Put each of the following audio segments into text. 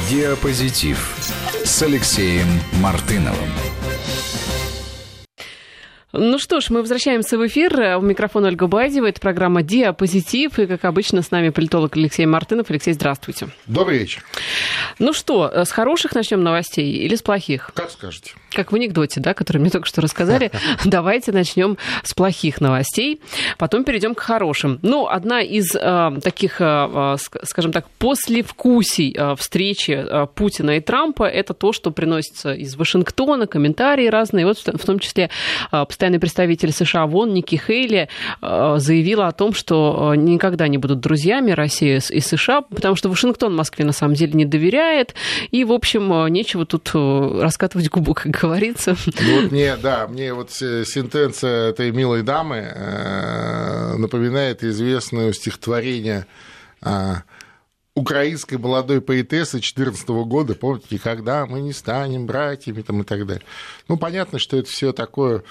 Диапозитив с Алексеем Мартыновым. Ну что ж, мы возвращаемся в эфир. У микрофона Ольга Бадьева. Это программа «Диапозитив». И, как обычно, с нами политолог Алексей Мартынов. Алексей, здравствуйте. Добрый вечер. Ну что, с хороших начнем новостей или с плохих? Как скажете. Как в анекдоте, да, который мне только что рассказали. Давайте начнем с плохих новостей, потом перейдем к хорошим. Ну, одна из таких, скажем так, послевкусий встречи Путина и Трампа — это то, что приносится из Вашингтона, комментарии разные. Вот в том числе постоянный представитель США в ООН Ники Хейли заявила о том, что никогда не будут друзьями Россия и США, потому что Вашингтон Москве на самом деле не доверяет, и, в общем, нечего тут раскатывать губу, как говорится. Ну, вот мне вот сентенция этой милой дамы напоминает известное стихотворение украинской молодой поэтессы 2014 года, помните, «Никогда мы не станем братьями» там, и так далее. Ну, понятно, что это все такое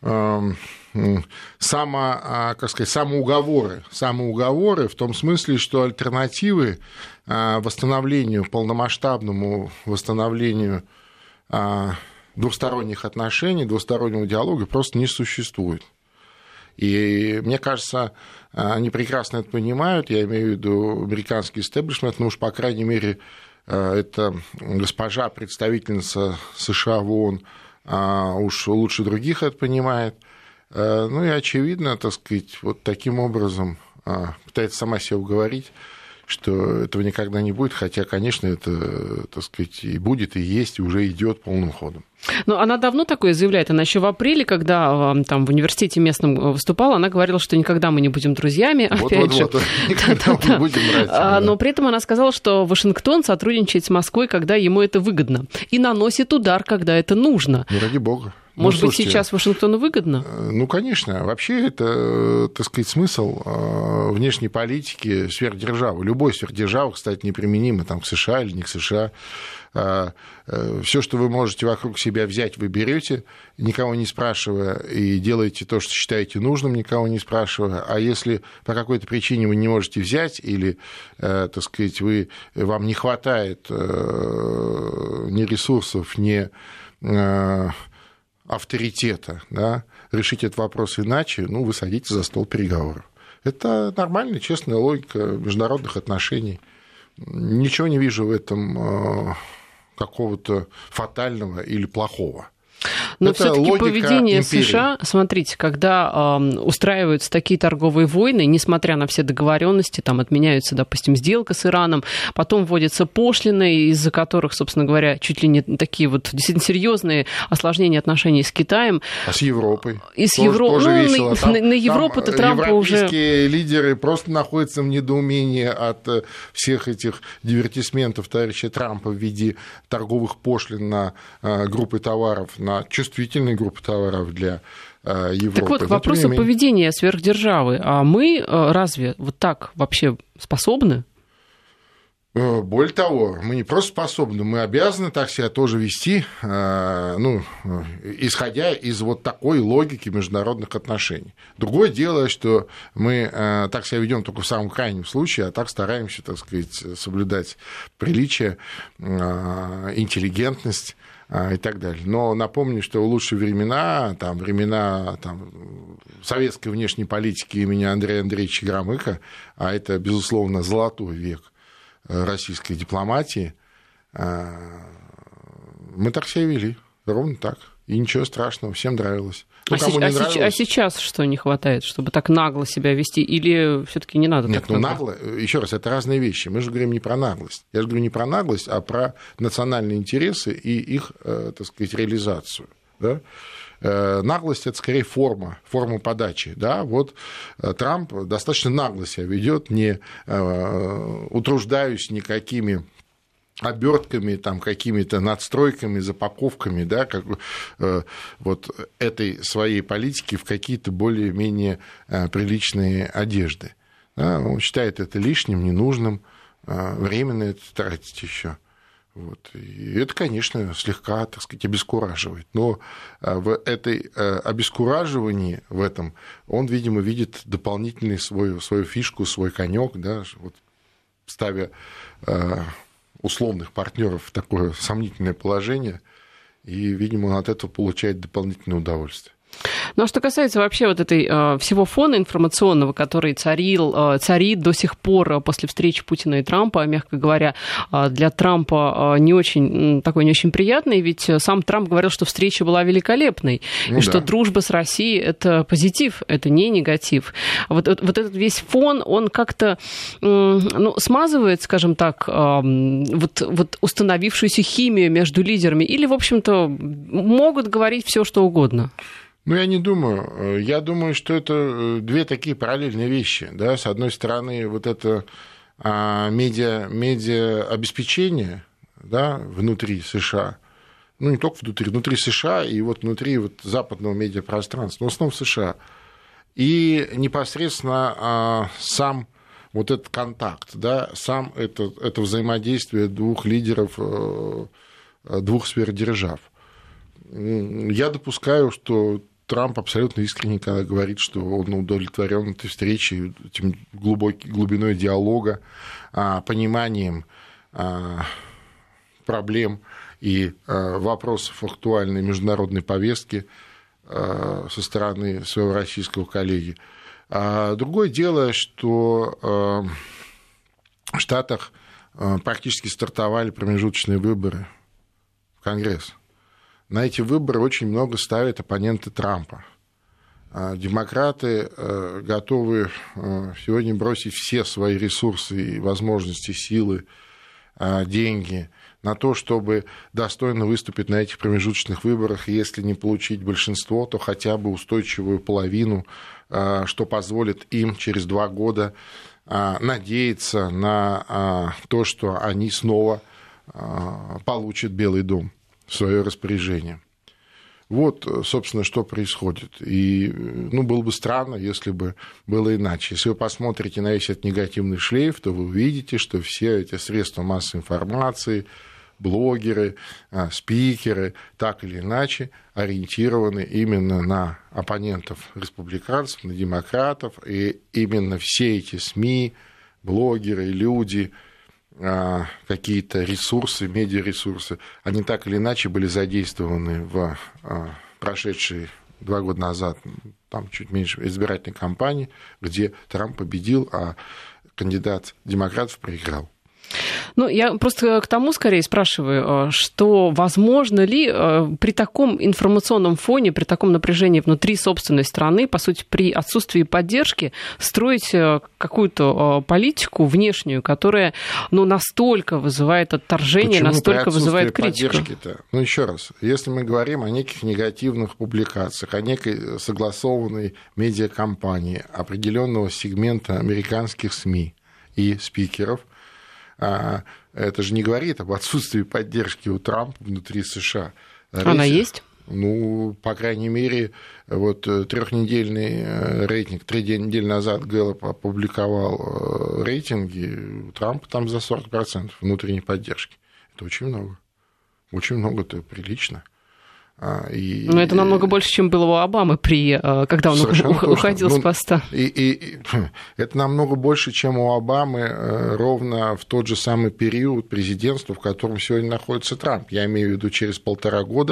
самоуговоры в том смысле, что альтернативы восстановлению, полномасштабному восстановлению двусторонних отношений, двустороннего диалога просто не существует. И мне кажется, они прекрасно это понимают, я имею в виду американский истеблишмент, ну уж, по крайней мере, это госпожа, представительница США в ООН, уж лучше других это понимает. Ну и, очевидно, так сказать, вот таким образом пытается сама себя уговорить, что этого никогда не будет, хотя, конечно, это, так сказать, и будет, и есть, и уже идет полным ходом. Ну, она давно такое заявляет. Она еще в апреле, когда там в университете местном выступала, она говорила, что никогда мы не будем друзьями, опять же. Никогда мы не будем братьями. Но при этом она сказала, что Вашингтон сотрудничает с Москвой, когда ему это выгодно, и наносит удар, когда это нужно. Ну, ради бога. Может быть, сейчас Вашингтону выгодно? Ну, конечно. Вообще, это, так сказать, смысл внешней политики сверхдержавы. Любой сверхдержавы, кстати, неприменимо там, к США или не к США. Все, что вы можете вокруг себя взять, вы берете, никого не спрашивая, и делаете то, что считаете нужным, никого не спрашивая. А если по какой-то причине вы не можете взять, или, так сказать, вам не хватает ни ресурсов, ни авторитета, да, решить этот вопрос иначе, ну, вы садитесь за стол переговоров. Это нормальная, честная логика международных отношений. Ничего не вижу в этом какого-то фатального или плохого. Но все-таки поведение империи. США, смотрите, когда устраиваются такие торговые войны, несмотря на все договоренности, там отменяются, допустим, сделка с Ираном, потом вводятся пошлины, из-за которых, собственно говоря, чуть ли не такие вот действительно серьезные осложнения отношений с Китаем. А с Европой? И с Европой. Ну, весело. На Европу-то Трампа уже... Европейские лидеры просто находятся в недоумении от всех этих дивертисментов товарища Трампа в виде торговых пошлин на группы товаров, на чувствительные группы товаров для Европы. Так вот, к вопросу поведения сверхдержавы. А мы разве вот так вообще способны? Более того, мы не просто способны, мы обязаны так себя тоже вести, ну, исходя из вот такой логики международных отношений. Другое дело, что мы так себя ведем только в самом крайнем случае, а так стараемся, так сказать, соблюдать приличие, интеллигентность и так далее. Но напомню, что в лучшие времена советской внешней политики имени Андрея Андреевича Громыка, а это, безусловно, золотой век российской дипломатии, мы так себя вели, ровно так. И ничего страшного, всем нравилось. А сейчас что не хватает, чтобы так нагло себя вести? Или все-таки не надо так нагло? Нагло, еще раз, это разные вещи. Мы же говорим не про наглость. Я же говорю не про наглость, а про национальные интересы и их, так сказать, реализацию. Да? Наглость – это скорее форма подачи. Да? Вот Трамп достаточно нагло себя ведет, не утруждаясь никакими обертками, там, какими-то надстройками, запаковками, да, как, вот этой своей политики в какие-то более-менее приличные одежды. Да? Он считает это лишним, ненужным, временно это тратить еще. Вот. И это, конечно, слегка, так сказать, обескураживает. Но в этой обескураживании, в этом, он, видимо, видит дополнительную свою фишку, свой конек, да, вот, ставя условных партнеров в такое сомнительное положение, и, видимо, он от этого получает дополнительное удовольствие. Ну, а что касается вообще вот этой всего фона информационного, который царит до сих пор после встречи Путина и Трампа, мягко говоря, для Трампа не очень приятный, ведь сам Трамп говорил, что встреча была великолепной, и что дружба с Россией – это позитив, это не негатив. Вот этот весь фон, он как-то смазывает, скажем так, вот установившуюся химию между лидерами, или, в общем-то, могут говорить все, что угодно? Ну, я не думаю. Я думаю, что это две такие параллельные вещи. Да? С одной стороны, вот это медиаобеспечение, да, внутри США, ну, не только внутри США, и вот внутри вот западного медиапространства, но в основном в США. И непосредственно сам вот этот контакт, да, сам это взаимодействие двух лидеров, двух сверхдержав. Я допускаю, что Трамп абсолютно искренне, когда говорит, что он удовлетворен этой встречей, этим глубиной диалога, пониманием проблем и вопросов актуальной международной повестки со стороны своего российского коллеги. Другое дело, что в Штатах практически стартовали промежуточные выборы в Конгресс. На эти выборы очень много ставят оппоненты Трампа. Демократы готовы сегодня бросить все свои ресурсы и возможности, силы, деньги на то, чтобы достойно выступить на этих промежуточных выборах, если не получить большинство, то хотя бы устойчивую половину, что позволит им через 2 года надеяться на то, что они снова получат Белый дом в свое распоряжение. Вот, собственно, что происходит. И, было бы странно, если бы было иначе. Если вы посмотрите на весь этот негативный шлейф, то вы увидите, что все эти средства массовой информации, блогеры, спикеры, так или иначе ориентированы именно на оппонентов республиканцев, на демократов, и именно все эти СМИ, блогеры, люди, какие-то ресурсы, медиаресурсы, они так или иначе были задействованы в прошедшие 2 года назад, там чуть меньше, избирательной кампании, где Трамп победил, а кандидат демократов проиграл. Я просто к тому скорее спрашиваю, что возможно ли при таком информационном фоне, при таком напряжении внутри собственной страны, по сути, при отсутствии поддержки, строить какую-то политику внешнюю, которая настолько вызывает отторжение, настолько вызывает критику? Поддержки-то? Еще раз, если мы говорим о неких негативных публикациях, о некой согласованной медиакомпании определенного сегмента американских СМИ и спикеров, это же не говорит об отсутствии поддержки у Трампа внутри США. Она есть? По крайней мере, вот 3-недельный рейтинг, 3 недели назад Гэллоп опубликовал рейтинги, у Трампа там за 40% внутренней поддержки. Это очень много. Очень много, это прилично. Но это намного больше, чем было у Обамы, когда он уходил с поста. И это намного больше, чем у Обамы ровно в тот же самый период президентства, в котором сегодня находится Трамп. Я имею в виду через 1,5 года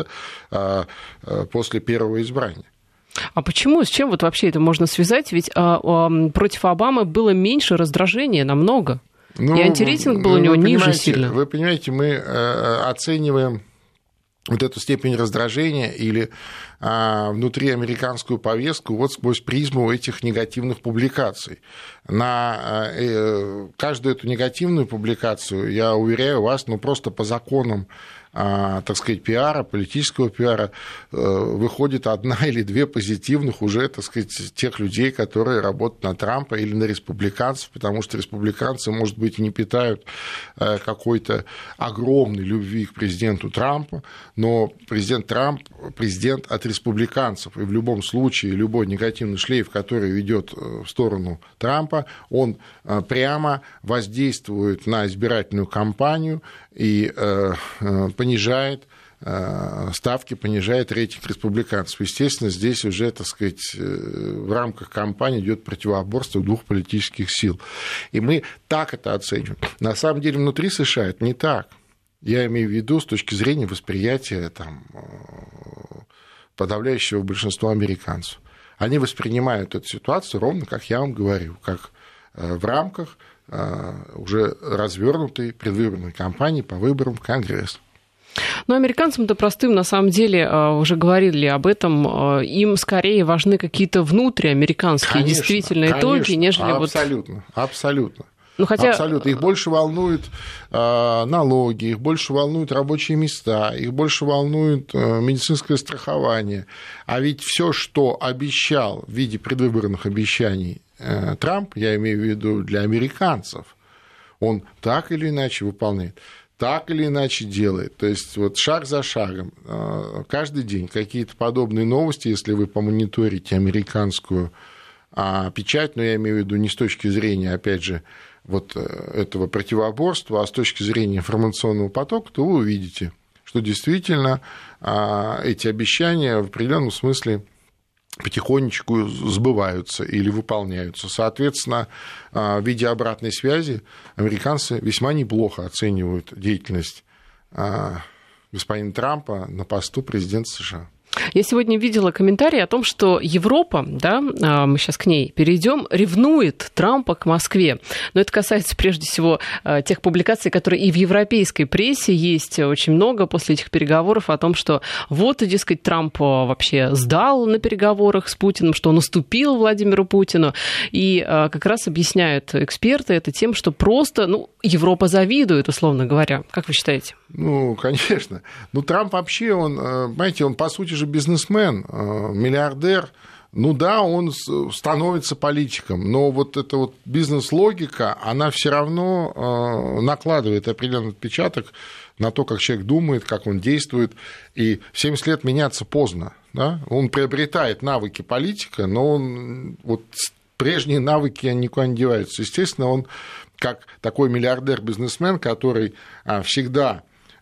после первого избрания. А почему? С чем вот вообще это можно связать? Ведь против Обамы было меньше раздражения намного. И антирейтинг был у него ниже сильно. Вы понимаете, мы оцениваем вот эту степень раздражения или внутриамериканскую повестку вот сквозь призму этих негативных публикаций. На каждую эту негативную публикацию, я уверяю вас, просто по законам, так сказать, пиара, политического пиара, выходит 1 или 2 позитивных уже, так сказать, тех людей, которые работают на Трампа или на республиканцев, потому что республиканцы, может быть, и не питают какой-то огромной любви к президенту Трампу, но президент Трамп – президент от республиканцев, и в любом случае любой негативный шлейф, который ведет в сторону Трампа, он прямо воздействует на избирательную кампанию и понижает ставки, понижает рейтинг республиканцев. Естественно, здесь уже, так сказать, в рамках кампании идет противоборство двух политических сил. И мы так это оцениваем. На самом деле, внутри США это не так. Я имею в виду с точки зрения восприятия там, подавляющего большинства американцев. Они воспринимают эту ситуацию ровно, как я вам говорю, как в рамках уже развернутой предвыборной кампании по выборам в Конгресс. Но американцам-то простым, на самом деле, уже говорили об этом, им скорее важны какие-то внутриамериканские действительно итоги, нежели абсолютно, абсолютно. Ну, хотя... Абсолютно. Их больше волнуют налоги, их больше волнуют рабочие места, их больше волнует медицинское страхование. А ведь все, что обещал в виде предвыборных обещаний Трамп, я имею в виду для американцев, он так или иначе выполняет, так или иначе делает. То есть вот шаг за шагом, каждый день какие-то подобные новости, если вы помониторите американскую печать, но я имею в виду не с точки зрения, опять же, вот этого противоборства, а с точки зрения информационного потока, то вы увидите, что действительно эти обещания в определенном смысле потихонечку сбываются или выполняются. Соответственно, в виде обратной связи американцы весьма неплохо оценивают деятельность господина Трампа на посту президента США. Я сегодня видела комментарий о том, что Европа, да, мы сейчас к ней перейдем, ревнует Трампа к Москве. Но это касается прежде всего тех публикаций, которые и в европейской прессе есть очень много после этих переговоров о том, что вот, дескать, Трамп вообще сдал на переговорах с Путиным, что он уступил Владимиру Путину. И как раз объясняют эксперты это тем, что просто, Европа завидует, условно говоря. Как вы считаете? Конечно. Трамп вообще, он, понимаете, он по сути же бизнесмен, миллиардер. Он становится политиком, но вот эта вот бизнес-логика, она все равно накладывает определенный отпечаток на то, как человек думает, как он действует. И в 70 лет меняться поздно. Да? Он приобретает навыки политика, но прежние навыки никуда не деваются. Естественно, он как такой миллиардер-бизнесмен, который всегда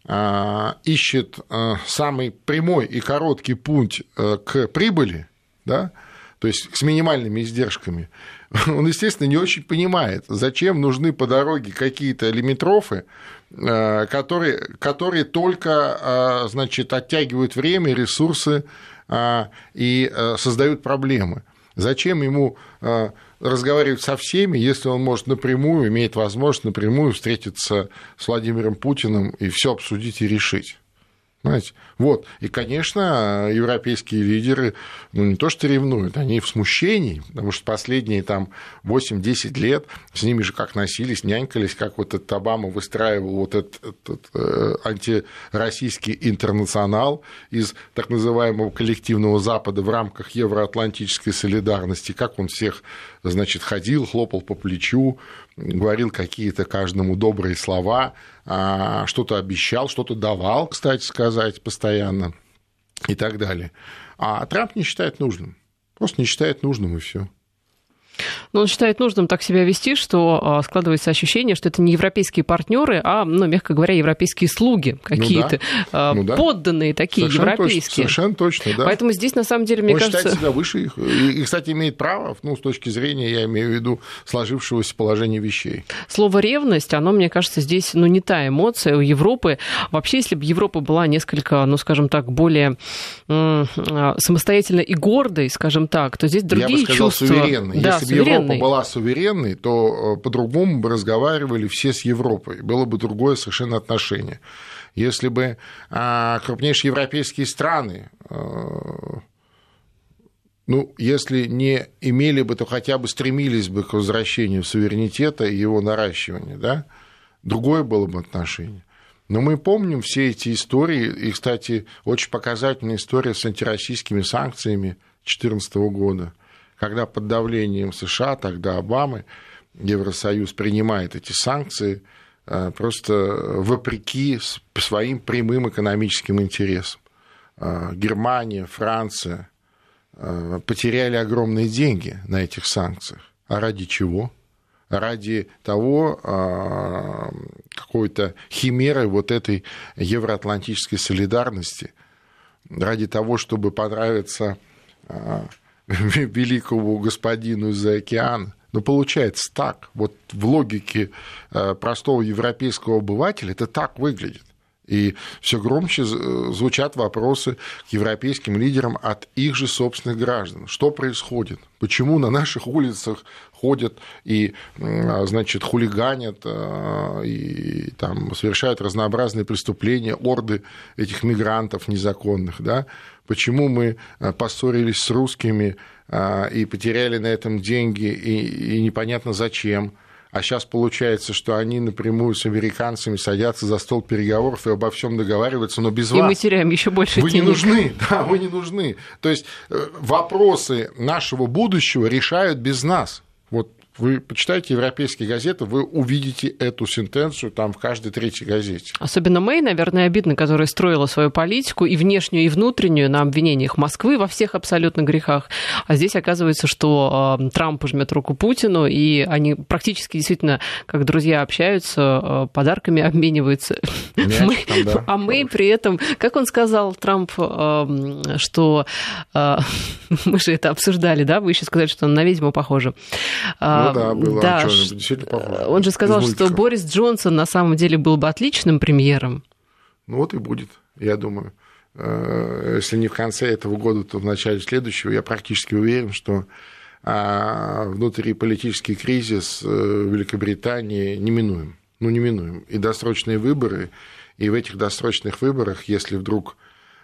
ищет самый прямой и короткий путь к прибыли, да, то есть с минимальными издержками, он, естественно, не очень понимает, зачем нужны по дороге какие-то лимитрофы, которые только, оттягивают время, ресурсы и создают проблемы. Зачем ему разговаривать со всеми, если он может напрямую, имеет возможность напрямую встретиться с Владимиром Путиным и все обсудить и решить? Понимаете? И, конечно, европейские лидеры, не то что ревнуют, они в смущении, потому что последние 8-10 лет с ними же как носились, нянькались, как этот Обама выстраивал этот антироссийский интернационал из так называемого коллективного Запада в рамках евроатлантической солидарности, как он всех, ходил, хлопал по плечу, говорил какие-то каждому добрые слова, что-то обещал, что-то давал, кстати сказать, постоянно и так далее. А Трамп не считает нужным. Просто не считает нужным, и все. Но он считает нужным так себя вести, что складывается ощущение, что это не европейские партнеры, а, мягко говоря, европейские слуги какие-то, подданные такие, совершенно европейские. Совершенно точно, да. Поэтому здесь, на самом деле, мне кажется... Он считает себя выше их. И, кстати, имеет право, с точки зрения, я имею в виду, сложившегося положения вещей. Слово «ревность», оно, мне кажется, здесь, не та эмоция у Европы. Вообще, если бы Европа была несколько, скажем так, более самостоятельной и гордой, скажем так, то здесь другие чувства. Я бы сказал, суверенной. Да, если бы Европа была суверенной, то по-другому бы разговаривали все с Европой. Было бы другое совершенно отношение. Если бы крупнейшие европейские страны, если не имели бы, то хотя бы стремились бы к возвращению суверенитета и его наращиванию, да, другое было бы отношение. Но мы помним все эти истории, и, кстати, очень показательная история с антироссийскими санкциями 2014 года, когда под давлением США, тогда Обамы, Евросоюз принимает эти санкции просто вопреки своим прямым экономическим интересам. Германия, Франция потеряли огромные деньги на этих санкциях. А ради чего? ради того, какой-то химеры вот этой евроатлантической солидарности, ради того, чтобы понравиться великому господину из-за океана. Но получается так. Вот в логике простого европейского обывателя это так выглядит. И все громче звучат вопросы к европейским лидерам от их же собственных граждан. Что происходит? Почему на наших улицах ходят и, значит, хулиганят и там совершают разнообразные преступления орды этих мигрантов незаконных, да? Почему мы поссорились с русскими и потеряли на этом деньги, и непонятно зачем? А сейчас получается, что они напрямую с американцами садятся за стол переговоров и обо всем договариваются, но без вас. И мы теряем еще больше денег. Вы не нужны, да, вы не нужны. То есть вопросы нашего будущего решают без нас. Вот вы почитаете европейские газеты, вы увидите эту сентенцию там в каждой третьей газете. Особенно Мэй, наверное, обидно, которая строила свою политику и внешнюю, и внутреннюю на обвинениях Москвы во всех абсолютно грехах. А здесь оказывается, что Трамп жмет руку Путину, и они практически действительно как друзья общаются, подарками обмениваются. А Мэй при этом, как он сказал, Трамп, что мы же это обсуждали, да, вы еще сказали, что он на ведьму похоже. Ну да, было. Да, действительно похоже. Он же сказал, что Борис Джонсон на самом деле был бы отличным премьером. Ну вот и будет, я думаю. Если не в конце этого года, то в начале следующего. Я практически уверен, что внутриполитический кризис в Великобритании неминуем. Ну, неминуем. И досрочные выборы, и в этих досрочных выборах, если вдруг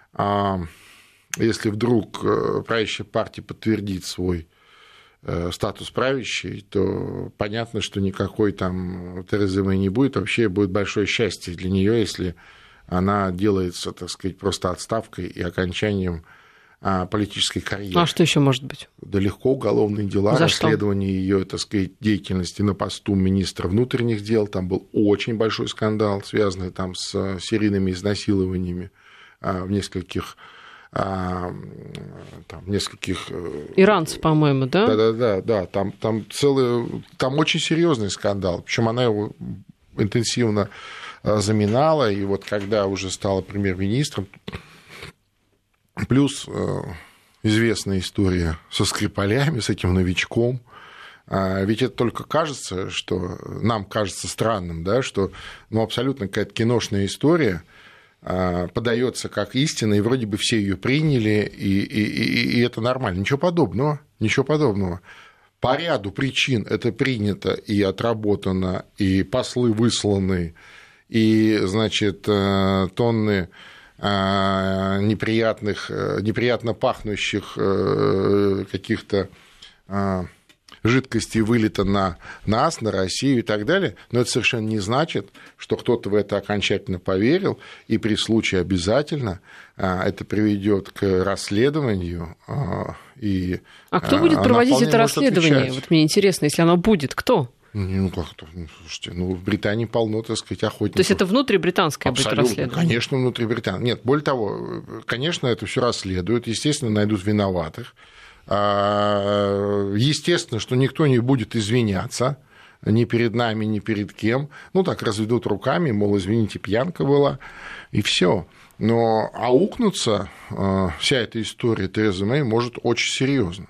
правящая партия подтвердит свой статус правящей, то понятно, что никакой там Терезы Мэй не будет. Вообще будет большое счастье для нее, если она делается, так сказать, просто отставкой и окончанием политической карьеры. А что еще может быть? Да легко уголовные дела, расследование ее, так сказать, деятельности на посту министра внутренних дел. Там был очень большой скандал, связанный там с серийными изнасилованиями в нескольких иранцев, по-моему, да? Да, там очень серьезный скандал, причем она его интенсивно заминала, и вот когда уже стала премьер-министром, плюс известная история со Скрипалями, с этим новичком, ведь это только кажется, что нам кажется странным, да, что абсолютно какая-то киношная история подается как истина, и вроде бы все ее приняли, и это нормально. Ничего подобного. По ряду причин это принято и отработано, и послы высланы, и, значит, тонны неприятно пахнущих каких-то жидкости вылито на нас, на Россию и так далее, но это совершенно не значит, что кто-то в это окончательно поверил, и при случае обязательно это приведет к расследованию. А кто будет проводить это расследование? Вот мне интересно, если оно будет, кто? Слушайте, в Британии полно, так сказать, охотников. То есть это внутрибританское будет расследование? Конечно, внутрибританское. Нет, более того, конечно, это все расследуют, естественно, найдут виноватых. Естественно, что никто не будет извиняться ни перед нами, ни перед кем. Так разведут руками, мол, извините, пьянка была, и все. Но аукнуться вся эта история Терезы Мэй может очень серьезно.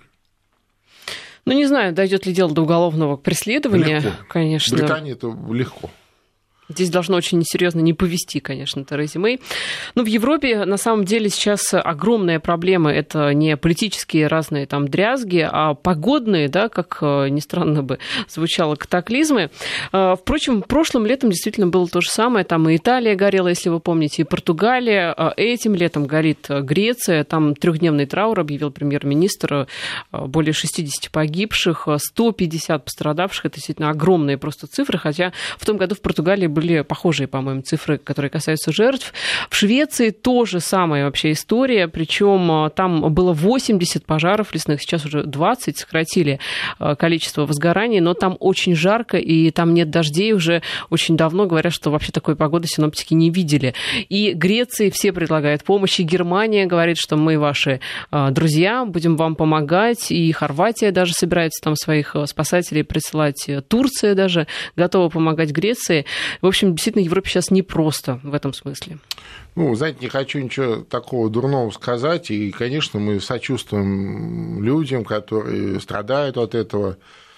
Не знаю, дойдет ли дело до уголовного преследования. Легко. Конечно. В Британии это легко. Здесь должно очень серьезно не повести, конечно, Терезе Мэй. В Европе на самом деле сейчас огромная проблема. Это не политические разные там дрязги, а погодные, да, как ни странно бы звучало, катаклизмы. Впрочем, прошлым летом действительно было то же самое. Там и Италия горела, если вы помните, и Португалия. Этим летом горит Греция. Там 3-дневный траур объявил премьер-министр. Более 60 погибших, 150 пострадавших. Это действительно огромные просто цифры. Хотя в том году в Португалии были были похожие, по-моему, цифры, которые касаются жертв. В Швеции тоже самая вообще история, причем там было 80 пожаров лесных, сейчас уже 20, сократили количество возгораний, но там очень жарко, и там нет дождей уже очень давно, говорят, что вообще такой погоды синоптики не видели. И Греции все предлагают помощь, и Германия говорит, что мы ваши друзья, будем вам помогать, и Хорватия даже собирается там своих спасателей присылать, Турция даже готова помогать Греции. В общем, действительно, Европе сейчас непросто в этом смысле. Ну, знаете, не хочу ничего такого дурного сказать, и, конечно, мы сочувствуем людям, которые страдают от этого,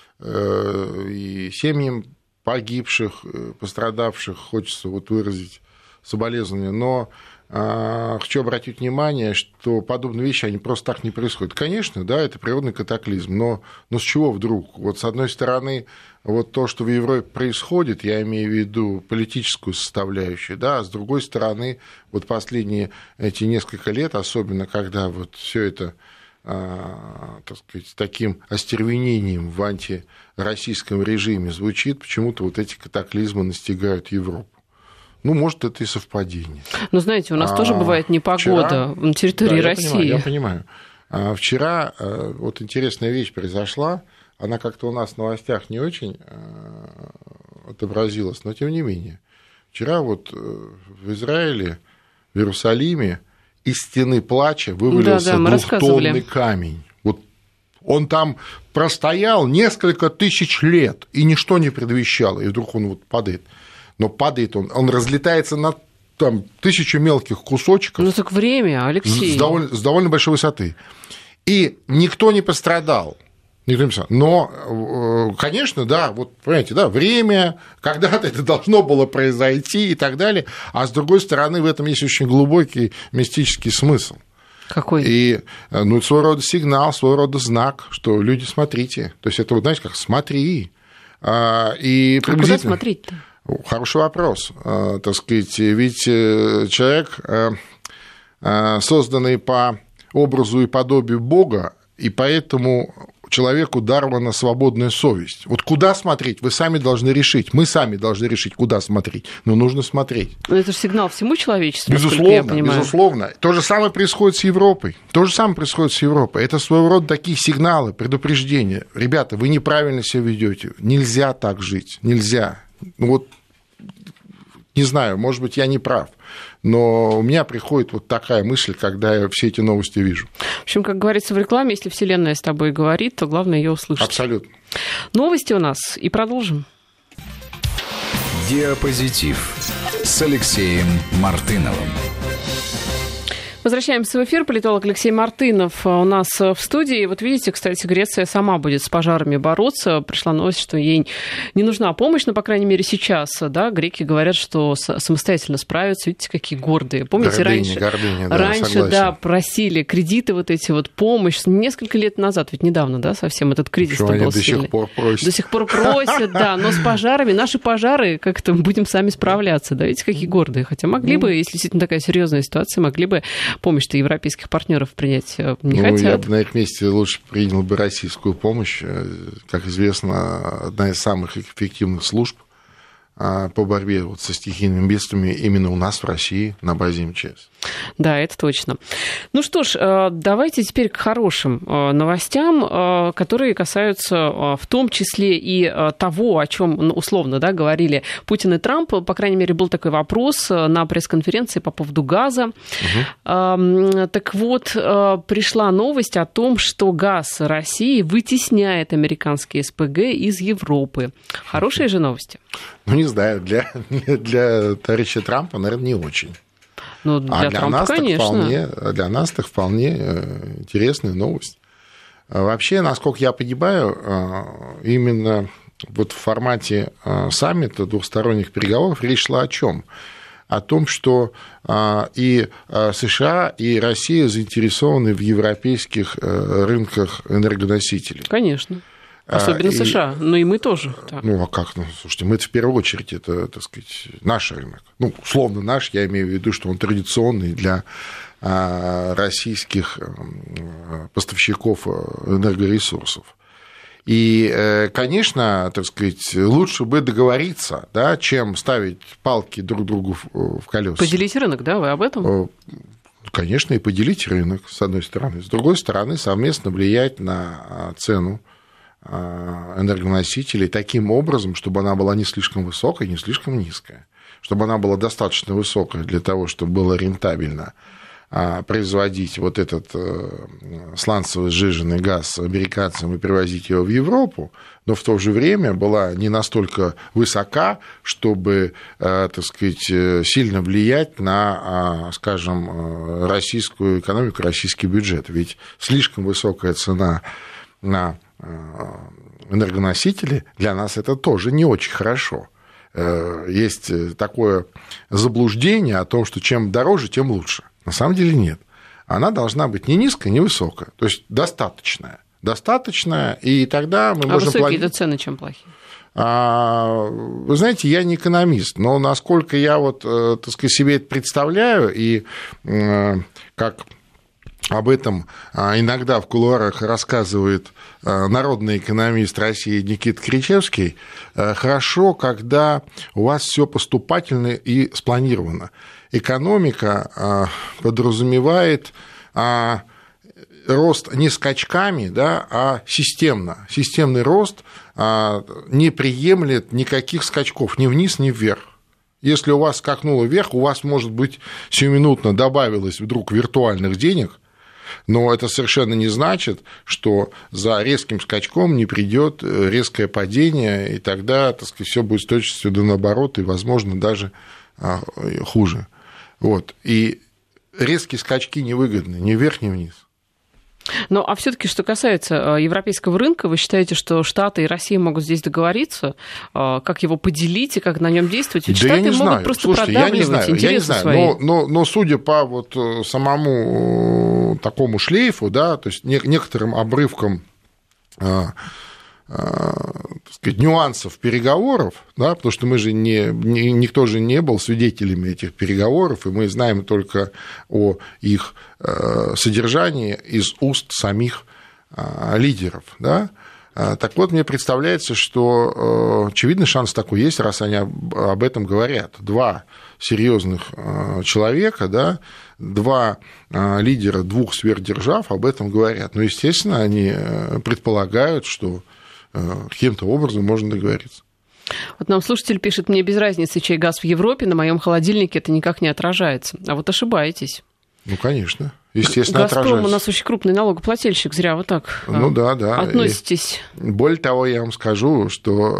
и семьям погибших, пострадавших, хочется вот выразить соболезнования, но хочу обратить внимание, что подобные вещи, они просто так не происходят. Конечно, да, это природный катаклизм, но с чего вдруг? Вот с одной стороны, вот то, что в Европе происходит, я имею в виду политическую составляющую, да, а с другой стороны, вот последние эти несколько лет, особенно когда вот все это, так сказать, таким остервенением в антироссийском режиме звучит, почему-то вот эти катаклизмы настигают Европу. Ну, может, это и совпадение. Но, знаете, у нас тоже бывает непогода на территории России. Я понимаю. Вчера вот интересная вещь произошла, она как-то у нас в новостях не очень отобразилась, но тем не менее. Вчера вот в Израиле, в Иерусалиме из стены плача вывалился двухтонный камень. Вот он там простоял несколько тысяч лет, и ничто не предвещало, и вдруг он вот падает. Но падает он разлетается на там 1000 мелких кусочков. Ну так время, Алексей. С довольно большой высоты. И никто не пострадал. Но, конечно, да, вот понимаете, да, время, когда-то это должно было произойти и так далее. А с другой стороны, в этом есть очень глубокий мистический смысл. Какой? И, ну, это своего рода сигнал, своего рода знак, что люди, смотрите. То есть это, вот, знаете, как смотри. И куда смотреть-то? Хороший вопрос. Так сказать, ведь человек, созданный по образу и подобию Бога, и поэтому человеку дарована свободная совесть. Вот куда смотреть, вы сами должны решить. Мы сами должны решить, куда смотреть. Но нужно смотреть. Но это же сигнал всему человечеству, безусловно, я понимаю. Безусловно. То же самое происходит с Европой. Это своего рода такие сигналы, предупреждения. Ребята, вы неправильно себя ведете. Нельзя так жить. Нельзя. Ну вот, не знаю, может быть, я не прав, но у меня приходит вот такая мысль, когда я все эти новости вижу. В общем, как говорится в рекламе, если Вселенная с тобой говорит, то главное ее услышать. Абсолютно. Новости у нас, и продолжим. Диапозитив с Алексеем Мартыновым. Возвращаемся в эфир. Политолог Алексей Мартынов у нас в студии. Вот видите, кстати, Греция сама будет с пожарами бороться. Пришла новость, что ей не нужна помощь, но, по крайней мере, сейчас, да, греки говорят, что самостоятельно справятся. Видите, какие гордые. Помните, раньше, да, просили кредиты, вот эти вот, помощь. Несколько лет назад, ведь недавно, да, совсем этот кризис был сильный. До сих пор просят, да, но с пожарами, наши пожары, как-то будем сами справляться, да, видите, какие гордые. Хотя могли бы, если действительно такая серьезная ситуация, могли бы помощь-то европейских партнеров принять не хотят. Я бы на их месте лучше принял бы российскую помощь. Как известно, одна из самых эффективных служб по борьбе вот со стихийными бедствиями именно у нас в России на базе МЧС. Да, это точно. Ну что ж, давайте теперь к хорошим новостям, которые касаются в том числе и того, о чем условно, да, говорили Путин и Трамп. По крайней мере, был такой вопрос на пресс-конференции по поводу газа. Так вот, пришла новость о том, что газ России вытесняет американские СПГ из Европы. Хорошие же новости. Ну, не знаю, для товарища Трампа, наверное, не очень. Ну, для Трампа, конечно. Для нас так вполне интересная новость. Вообще, насколько я понимаю, именно вот в формате саммита двухсторонних переговоров речь шла о чем? О том, что и США, и Россия заинтересованы в европейских рынках энергоносителей. Конечно. Особенно США, но и мы тоже. Да. Ну, а как? Ну, слушайте, мы это в первую очередь, это, так сказать, наш рынок. Ну, условно наш, я имею в виду, что он традиционный для российских поставщиков энергоресурсов. И, конечно, так сказать, лучше бы договориться, да, чем ставить палки друг другу в колеса. Поделить рынок, да, вы об этом? Конечно, и поделить рынок, с одной стороны. С другой стороны, совместно влиять на цену энергоносителей таким образом, чтобы она была не слишком высокая, не слишком низкая, чтобы она была достаточно высокая для того, чтобы было рентабельно производить вот этот сланцевый сжиженный газ американцам и привозить его в Европу, но в то же время была не настолько высока, чтобы, так сказать, сильно влиять на, скажем, российскую экономику, российский бюджет. Ведь слишком высокая цена на энергоносители для нас это тоже не очень хорошо. Есть такое заблуждение о том, что чем дороже, тем лучше. На самом деле нет. Она должна быть не низкая, не высокая, то есть достаточная. Достаточная, и тогда мы можем... А высокие цены чем плохие? Вы знаете, я не экономист, но насколько я вот, так сказать, себе это представляю, и как об этом иногда в кулуарах рассказывает народный экономист России Никита Кричевский, хорошо, когда у вас все поступательно и спланировано. Экономика подразумевает рост не скачками, да, а системно. Системный рост не приемлет никаких скачков ни вниз, ни вверх. Если у вас скакнуло вверх, у вас, может быть, сиюминутно добавилось вдруг виртуальных денег, но это совершенно не значит, что за резким скачком не придет резкое падение, и тогда, так сказать, все будет с точностью да наоборот, и, возможно, даже хуже. Вот. И резкие скачки невыгодны ни вверх, ни вниз. Ну, а все-таки, что касается европейского рынка, вы считаете, что Штаты и Россия могут здесь договориться, как его поделить и как на нем действовать? Ведь да Штаты могут просто продавливать интересы свои. Я не знаю, но судя по вот самому такому шлейфу, да, то есть некоторым обрывкам, так сказать, нюансов переговоров, да, потому что мы же никто же не был свидетелями этих переговоров, и мы знаем только о их содержании из уст самих лидеров, да. Так вот, мне представляется, что очевидный шанс такой есть, раз они об этом говорят. Два серьезных человека, да, два лидера двух сверхдержав об этом говорят. Но, естественно, они предполагают, что каким-то образом можно договориться. Вот нам слушатель пишет: мне без разницы, чей газ в Европе, на моем холодильнике это никак не отражается. А вот ошибаетесь. Ну, конечно, естественно, «Газпром» отражается. у нас очень крупный налогоплательщик, зря вы так относитесь. И более того, я вам скажу, что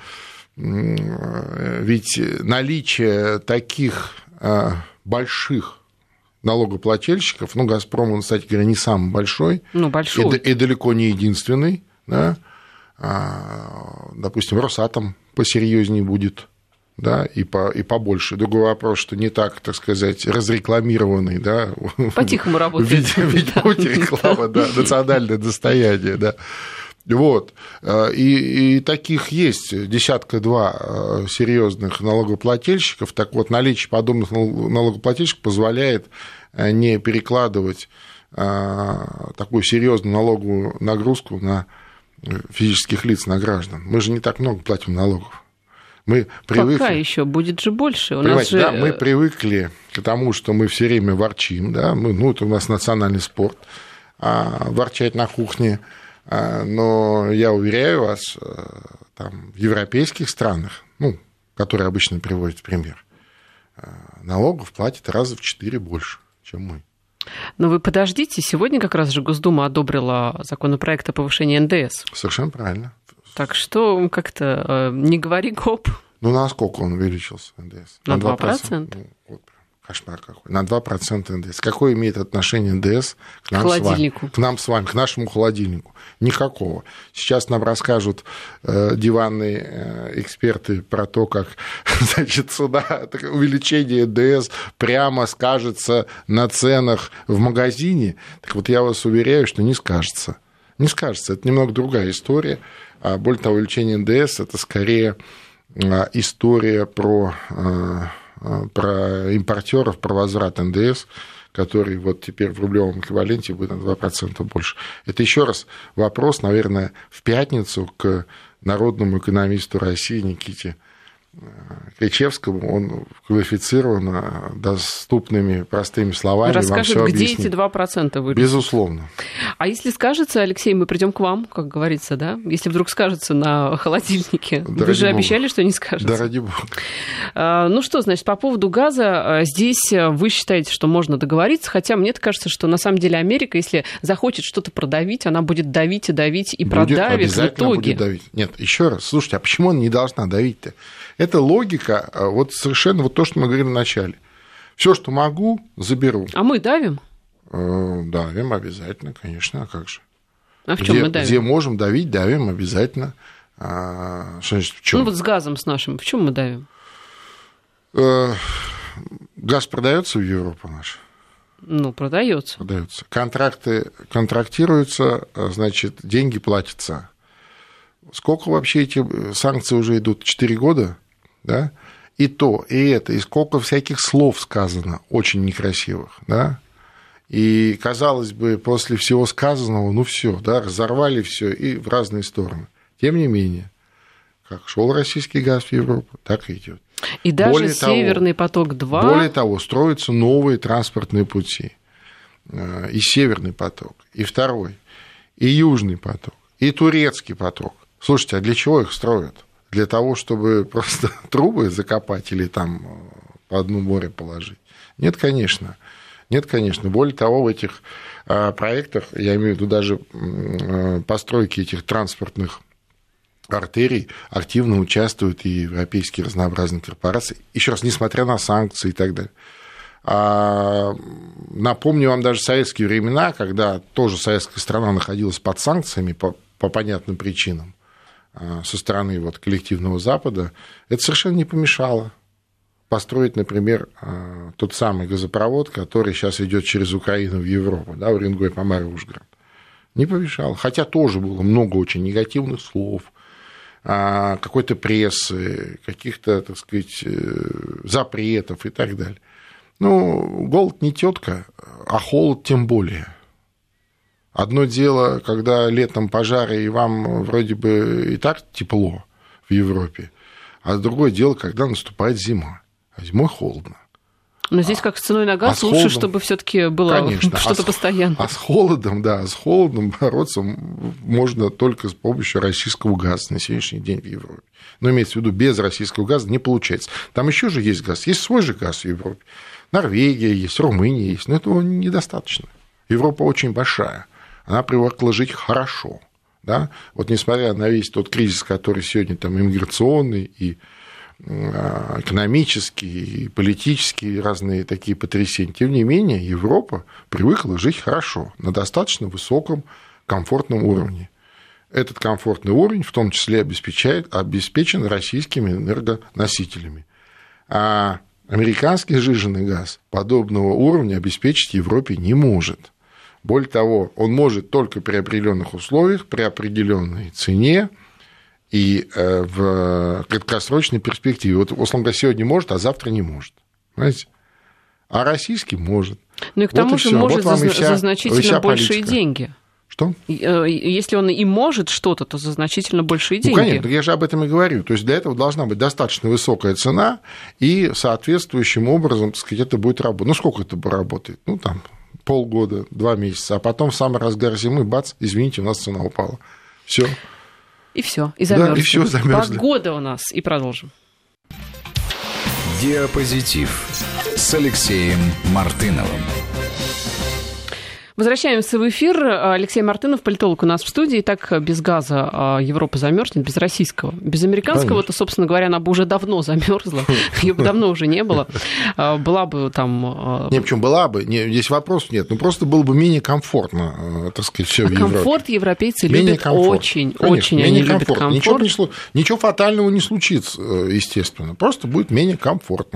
ведь наличие таких больших налогоплательщиков, ну, «Газпром», он, кстати говоря, не самый большой, и далеко не единственный, да, допустим, «Росатом» посерьезнее будет, да, и побольше. Другой вопрос, что не так, так сказать, разрекламированный, да. По-тихому работает. Видимо, реклама, да, национальное достояние, да. Вот. И таких есть десятка-два серьезных налогоплательщиков. Так вот, наличие подобных налогоплательщиков позволяет не перекладывать такую серьезную налоговую нагрузку на физических лиц, на граждан. Мы же не так много платим налогов. Мы привыкли... Пока еще будет же больше. Да, мы привыкли к тому, что мы все время ворчим, да, это у нас национальный спорт, ворчать на кухне, но я уверяю вас, там, в европейских странах, которые обычно приводят в пример, налогов платят раза в 4 больше, чем мы. Но вы подождите, сегодня как раз же Госдума одобрила законопроект о повышении НДС. Совершенно правильно. Так что как-то не говори гоп. Ну, на сколько он увеличился, НДС? На 2%? Вот кошмар какой. На 2% НДС. Какое имеет отношение НДС к нам холодильнику? К нам с вами, к нашему холодильнику? Никакого. Сейчас нам расскажут диванные эксперты про то, как, значит, увеличение НДС прямо скажется на ценах в магазине. Так вот, я вас уверяю, что не скажется. Не скажется. Это немного другая история. Более того, увеличение НДС – это скорее история про импортеров, про возврат НДС, который вот теперь в рублевом эквиваленте будет на 2% больше. Это еще раз вопрос, наверное, в пятницу к народному экономисту России Никите Кричевскому. Он квалифицирован доступными, простыми словами. Расскажет, вам все где объяснит. эти 2% вылезут. Безусловно. А если скажется, Алексей, мы придем к вам, как говорится, да? Если вдруг скажется на холодильнике. Да, вы же ради обещали, бога. что не скажется. Да, ради бога. Ну что, значит, по поводу газа, здесь вы считаете, что можно договориться, хотя мне кажется, что на самом деле Америка, если захочет что-то продавить, она будет давить и давить и продавит в итоге. Будет давить. Нет, еще раз, слушайте, а почему она не должна давить-то? Это логика, вот совершенно вот то, что мы говорили в начале. Все, что могу, заберу. А мы давим? Давим обязательно, конечно, а как же? А в чем мы давим? Где можем давить, давим обязательно. Что значит в чем? Ну вот с газом с нашим, в чем мы давим? Газ продается в Европу наш? Ну, продается. Продается. Контракты контрактируются, значит, деньги платятся. Сколько вообще эти санкции уже идут? 4 года? Да? И то, и это, и сколько всяких слов сказано, очень некрасивых, да? И, казалось бы, после всего сказанного, ну все, да, разорвали все и в разные стороны. Тем не менее, как шел российский газ в Европу, так и идет. И даже более Северный поток-2... Более того, строятся новые транспортные пути. И Северный поток, и второй, и Южный поток, и Турецкий поток. Слушайте, а для чего их строят? Для того, чтобы просто трубы закопать или там по дну моря положить? Нет, конечно. Нет, конечно. Более того, в этих проектах, я имею в виду даже постройки этих транспортных артерий, активно участвуют и европейские разнообразные корпорации. Еще раз, несмотря на санкции и так далее. Напомню вам даже советские времена, когда тоже советская страна находилась под санкциями по понятным причинам со стороны вот коллективного Запада, это совершенно не помешало построить, например, тот самый газопровод, который сейчас идет через Украину в Европу, да, Уренгой, Помар и Ужгород. Не помешало. Хотя тоже было много очень негативных слов, какой-то прессы, каких-то, так сказать, запретов и так далее. Ну, голод не тетка, а холод тем более. Одно дело, когда летом пожары, и вам вроде бы и так тепло в Европе, а другое дело, когда наступает зима. А зимой холодно. Но здесь как с ценой на газ лучше, чтобы все-таки было что-то постоянное. А с холодом, да, с холодом бороться можно только с помощью российского газа на сегодняшний день в Европе. Но имеется в виду, без российского газа не получается. Там еще же есть газ, есть свой же газ в Европе. Норвегия есть, Румыния есть, но этого недостаточно. Европа очень большая. Она привыкла жить хорошо. Да? Вот несмотря на весь тот кризис, который сегодня там иммиграционный, и экономические, и политические, и разные такие потрясения, тем не менее Европа привыкла жить хорошо, на достаточно высоком комфортном уровне. Этот комфортный уровень в том числе обеспечен российскими энергоносителями. А американский сжиженный газ подобного уровня обеспечить Европе не может. Более того, он может только при определенных условиях, при определенной цене и в краткосрочной перспективе. Вот, условно говоря, сегодня может, а завтра не может. Понимаете? А российский может. Ну и к тому же может за значительно большие деньги. Что? Если он и может что-то, то за значительно большие деньги. Ну, конечно, я же об этом и говорю. То есть для этого должна быть достаточно высокая цена, и соответствующим образом, так сказать, это будет работать. Ну, сколько это работает? Ну, там, полгода, 2 месяца, а потом в самый разгар зимы, бац, извините, у нас цена упала. Все. И все, и замерзли. Да, и все замерзли. Погода у нас, и продолжим. Диапозитив с Алексеем Мартыновым. Возвращаемся в эфир. Алексей Мартынов, политолог, у нас в студии. Итак, без газа Европа замерзнет, без российского. Без американского-то, собственно говоря, она бы уже давно замерзла. Ее бы давно уже не было. Была бы там... Не, причем была бы, здесь вопросов нет. Ну, просто было бы менее комфортно, так сказать, все в Европе. Комфорт европейцы любят очень. Очень они любят комфорт. Ничего фатального не случится, естественно. Просто будет менее комфортно.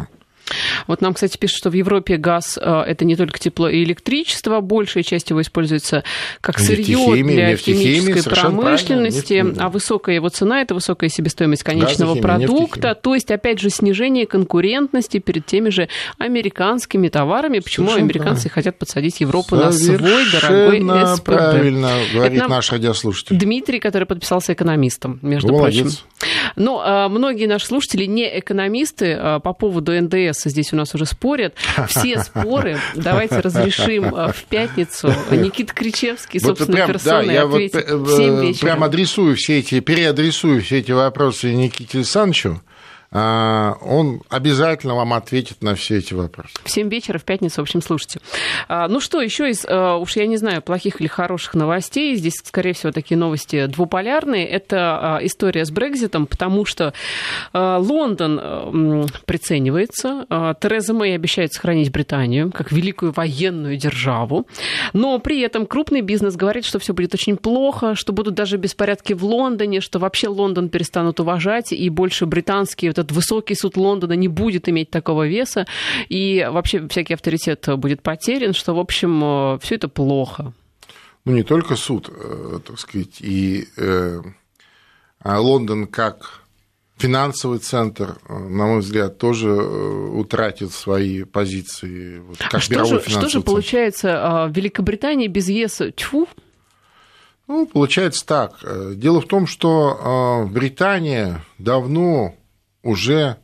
Вот нам, кстати, пишут, что в Европе газ – это не только тепло и электричество, большая часть его используется как сырье для химической промышленности, а высокая его цена – это высокая себестоимость конечного продукта, то есть, опять же, снижение конкурентности перед теми же американскими товарами. Почему американцы хотят подсадить Европу на свой дорогой СПБ? Правильно говорит наш радиослушатель. Дмитрий, который подписался экономистом, между прочим. Но многие наши слушатели не экономисты по поводу НДС. Здесь у нас уже спорят. Все споры давайте разрешим в пятницу. Никита Кричевский, собственно, персоной ответит в 7 вечера. Прям переадресую все эти вопросы Никите Александровичу. Он обязательно вам ответит на все эти вопросы. В 7 вечера в пятницу, в общем, слушайте. Ну что, еще из, уж я не знаю, плохих или хороших новостей, здесь, скорее всего, такие новости двуполярные, это история с Брекситом, потому что Лондон приценивается, Тереза Мэй обещает сохранить Британию как великую военную державу, но при этом крупный бизнес говорит, что все будет очень плохо, что будут даже беспорядки в Лондоне, что вообще Лондон перестанут уважать, и больше британские этот высокий суд Лондона не будет иметь такого веса, и вообще всякий авторитет будет потерян, что, в общем, все это плохо. Ну, не только суд, так сказать, и Лондон как финансовый центр, на мой взгляд, тоже утратит свои позиции как мировой финансовый центр. Что же получается, Великобритания без ЕС тьфу? Ну, получается так. Дело в том, что Британия давно уже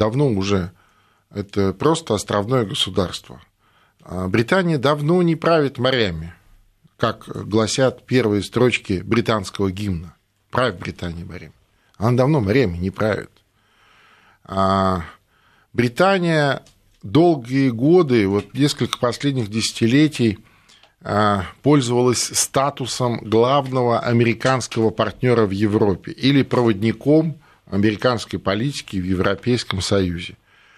это просто островное государство. Британия давно не правит морями, как гласят первые строчки британского гимна. Правит Британия морями. Она давно морями не правит. Британия долгие годы, несколько последних десятилетий, пользовалась статусом главного американского партнера в Европе или проводником американской политики в Европейском Союзе.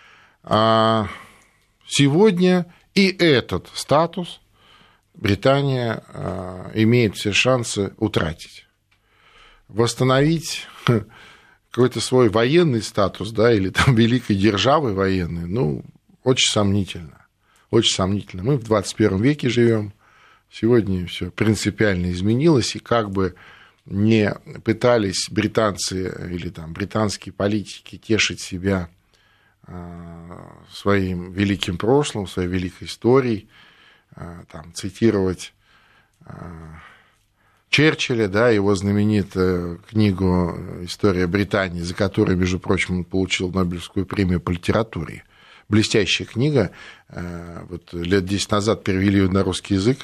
Сегодня и этот статус Британия имеет все шансы утратить. Восстановить какой-то свой военный статус, да, или там великой державы военной, очень сомнительно. Очень сомнительно. Мы в 21 веке живем. Сегодня все принципиально изменилось, и как бы не пытались британцы или там британские политики тешить себя своим великим прошлым, своей великой историей, там, цитировать Черчилля, да, его знаменитую книгу «История Британии», за которую, между прочим, он получил Нобелевскую премию по литературе. Блестящая книга, лет 10 назад перевели ее на русский язык,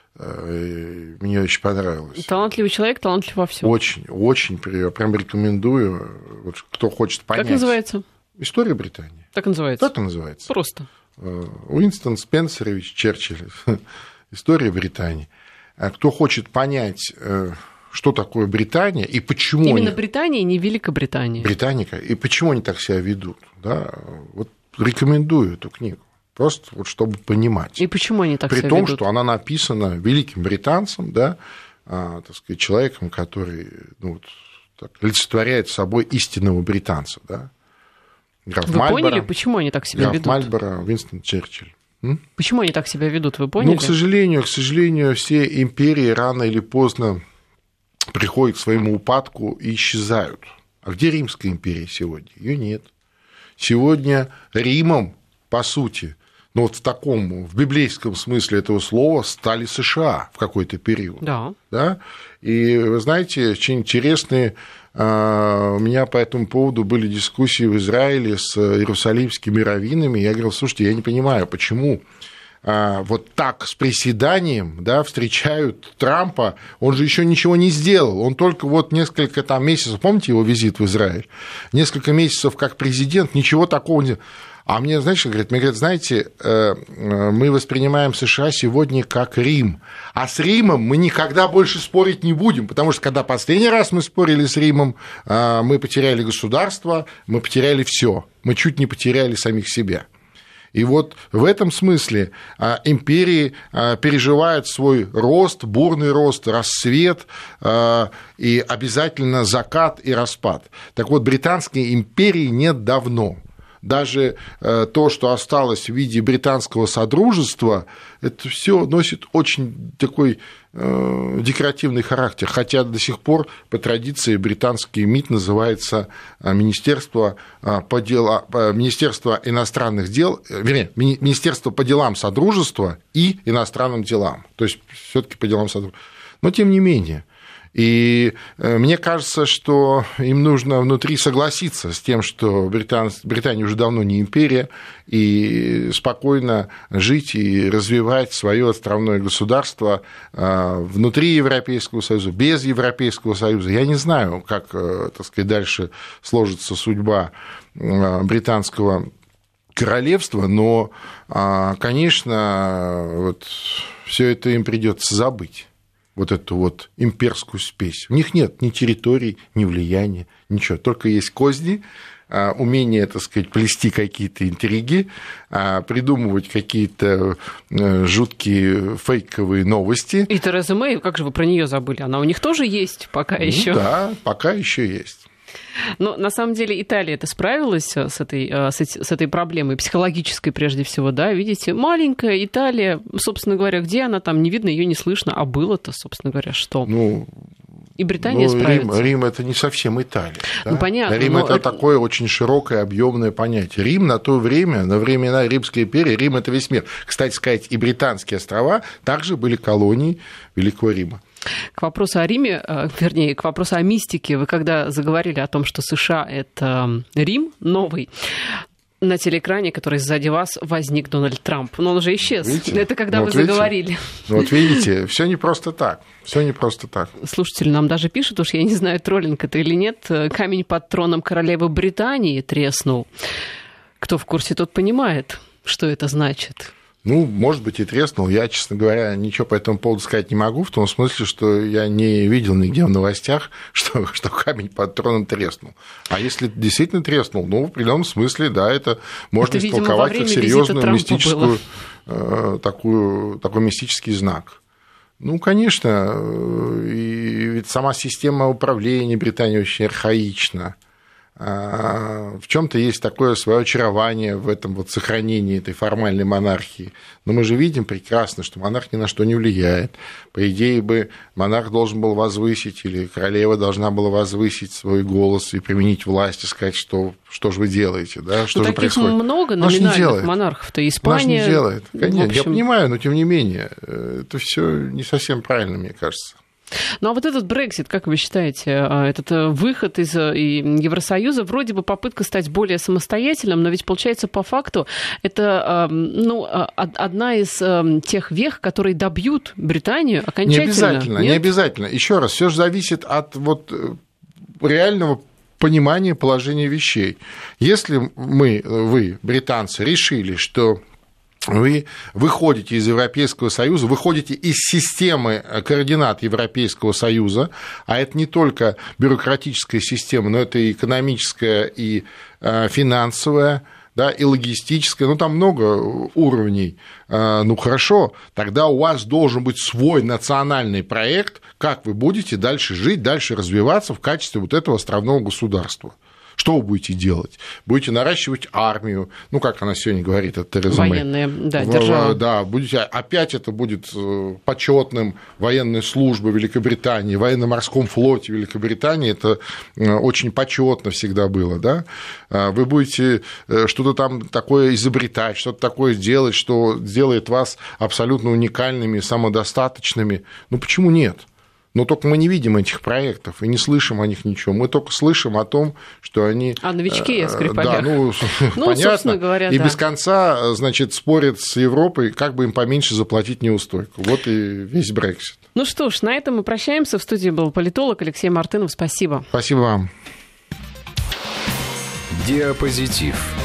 мне очень понравилось. Талантливый человек, талантлив во всем. Очень прям рекомендую, кто хочет понять. Как называется? «История Британии». Так и называется? Так и называется. Просто. Уинстон Спенсерович Черчилль. «История Британии». Кто хочет понять, что такое Британия и почему... Именно Британия, не Великобритания. Британика. И почему они так себя ведут. Да? Рекомендую эту книгу. Просто чтобы понимать. И почему они так себя ведут? При том, что она написана великим британцем, да, так сказать, человеком, который олицетворяет собой истинного британца. Да? Вы поняли, почему они так себя ведут? Граф Мальборо, Уинстон Черчилль. Почему они так себя ведут, вы поняли? К сожалению, все империи рано или поздно приходят к своему упадку и исчезают. А где Римская империя сегодня? Ее нет. Сегодня Римом, по сути, в библейском смысле этого слова, стали США в какой-то период. Да? И вы знаете, очень интересные у меня по этому поводу были дискуссии в Израиле с иерусалимскими раввинами. Я говорил, слушайте, я не понимаю, почему так с приседанием, да, встречают Трампа, он же еще ничего не сделал, он только несколько месяцев, помните его визит в Израиль, несколько месяцев как президент, ничего такого не... А мне, знаете, мы воспринимаем США сегодня как Рим, а с Римом мы никогда больше спорить не будем, потому что когда последний раз мы спорили с Римом, мы потеряли государство, мы потеряли все, мы чуть не потеряли самих себя. И в этом смысле империи переживают свой рост, бурный рост, расцвет и обязательно закат и распад. Так вот, Британской империи нет давно. даже то, что осталось в виде британского содружества, это все носит очень такой декоративный характер, хотя до сих пор по традиции британский МИД называется Министерство иностранных дел, вернее, Министерство по делам Содружества и иностранным делам, то есть все-таки по делам Содружества. Но тем не менее. И мне кажется, что им нужно внутри согласиться с тем, что Британия уже давно не империя, и спокойно жить и развивать свое островное государство внутри Европейского Союза, без Европейского Союза. Я не знаю, как, так сказать, дальше сложится судьба британского королевства, но, конечно, вот все это им придется забыть. Вот эту вот имперскую спесь. У них нет ни территорий, ни влияния, ничего. Только есть козни, умение, так сказать, плести какие-то интриги, придумывать какие-то жуткие фейковые новости. И Тереза Мэй, как же вы про нее забыли? Она у них тоже есть пока еще. Да, пока еще есть. Но на самом деле Италия это справилась с этой проблемой, психологической прежде всего, да, видите, маленькая Италия, собственно говоря, где она там, не видно, ее не слышно, а было-то, собственно говоря, что? И Британия справится. Рим это не совсем Италия. Да? Понятно. Рим это такое очень широкое, объемное понятие. Рим на то время, на времена Римской империи, Рим это весь мир. Кстати сказать, и британские острова также были колонией Великого Рима. К вопросу о Риме, вернее, к вопросу о мистике, вы когда заговорили о том, что США – это Рим новый, на телеэкране, который сзади вас, возник Дональд Трамп. Но он уже исчез. Видите? Это когда вы заговорили. Вот видите, все не просто так. Все не просто так. Слушатели нам даже пишут, уж я не знаю, троллинг это или нет, камень под троном королевы Британии треснул. Кто в курсе, тот понимает, что это значит. Может быть, и треснул. Я, честно говоря, ничего по этому поводу сказать не могу, в том смысле, что я не видел нигде в новостях, что камень под троном треснул. А если действительно треснул, в определенном смысле, да, это можно истолковать как серьезную мистическую, такой мистический знак. Конечно, и ведь сама система управления Британии очень архаична. В чем-то есть такое свое очарование в этом вот сохранении этой формальной монархии. Но мы же видим прекрасно, что монарх ни на что не влияет. По идее бы монарх должен был возвысить, или королева должна была возвысить свой голос и применить власть и сказать, что же вы делаете, да, что же происходит. Таких много номинальных монархов-то. Испания... Наш не делает. Конечно, я понимаю, но тем не менее, это все не совсем правильно, мне кажется. Ну а вот этот Брексит, как вы считаете, этот выход из Евросоюза, вроде бы попытка стать более самостоятельным, но ведь получается по факту это одна из тех вех, которые добьют Британию окончательно. Не обязательно. Еще раз, все же зависит от реального понимания положения вещей. Если вы, британцы, решили, что вы выходите из Европейского Союза, выходите из системы координат Европейского Союза, а это не только бюрократическая система, но это и экономическая, и финансовая, да, и логистическая, там много уровней. Хорошо, тогда у вас должен быть свой национальный проект, как вы будете дальше жить, дальше развиваться в качестве вот этого островного государства. Что вы будете делать? Будете наращивать армию, как она сегодня говорит, это Тереза Мэй. Военная, да, держава. Да, опять это будет почетным военной службой Великобритании, военно-морском флоте Великобритании, это очень почетно всегда было, да? Вы будете что-то там такое изобретать, что-то такое делать, что сделает вас абсолютно уникальными, самодостаточными. Почему нет? Но только мы не видим этих проектов и не слышим о них ничего. Мы только слышим о том, что они... новички о Скрипалях. Да, понятно. Собственно говоря, и без конца, спорят с Европой, как бы им поменьше заплатить неустойку. Вот и весь Брексит. Что ж, на этом мы прощаемся. В студии был политолог Алексей Мартынов. Спасибо. Спасибо вам. Диапозитив.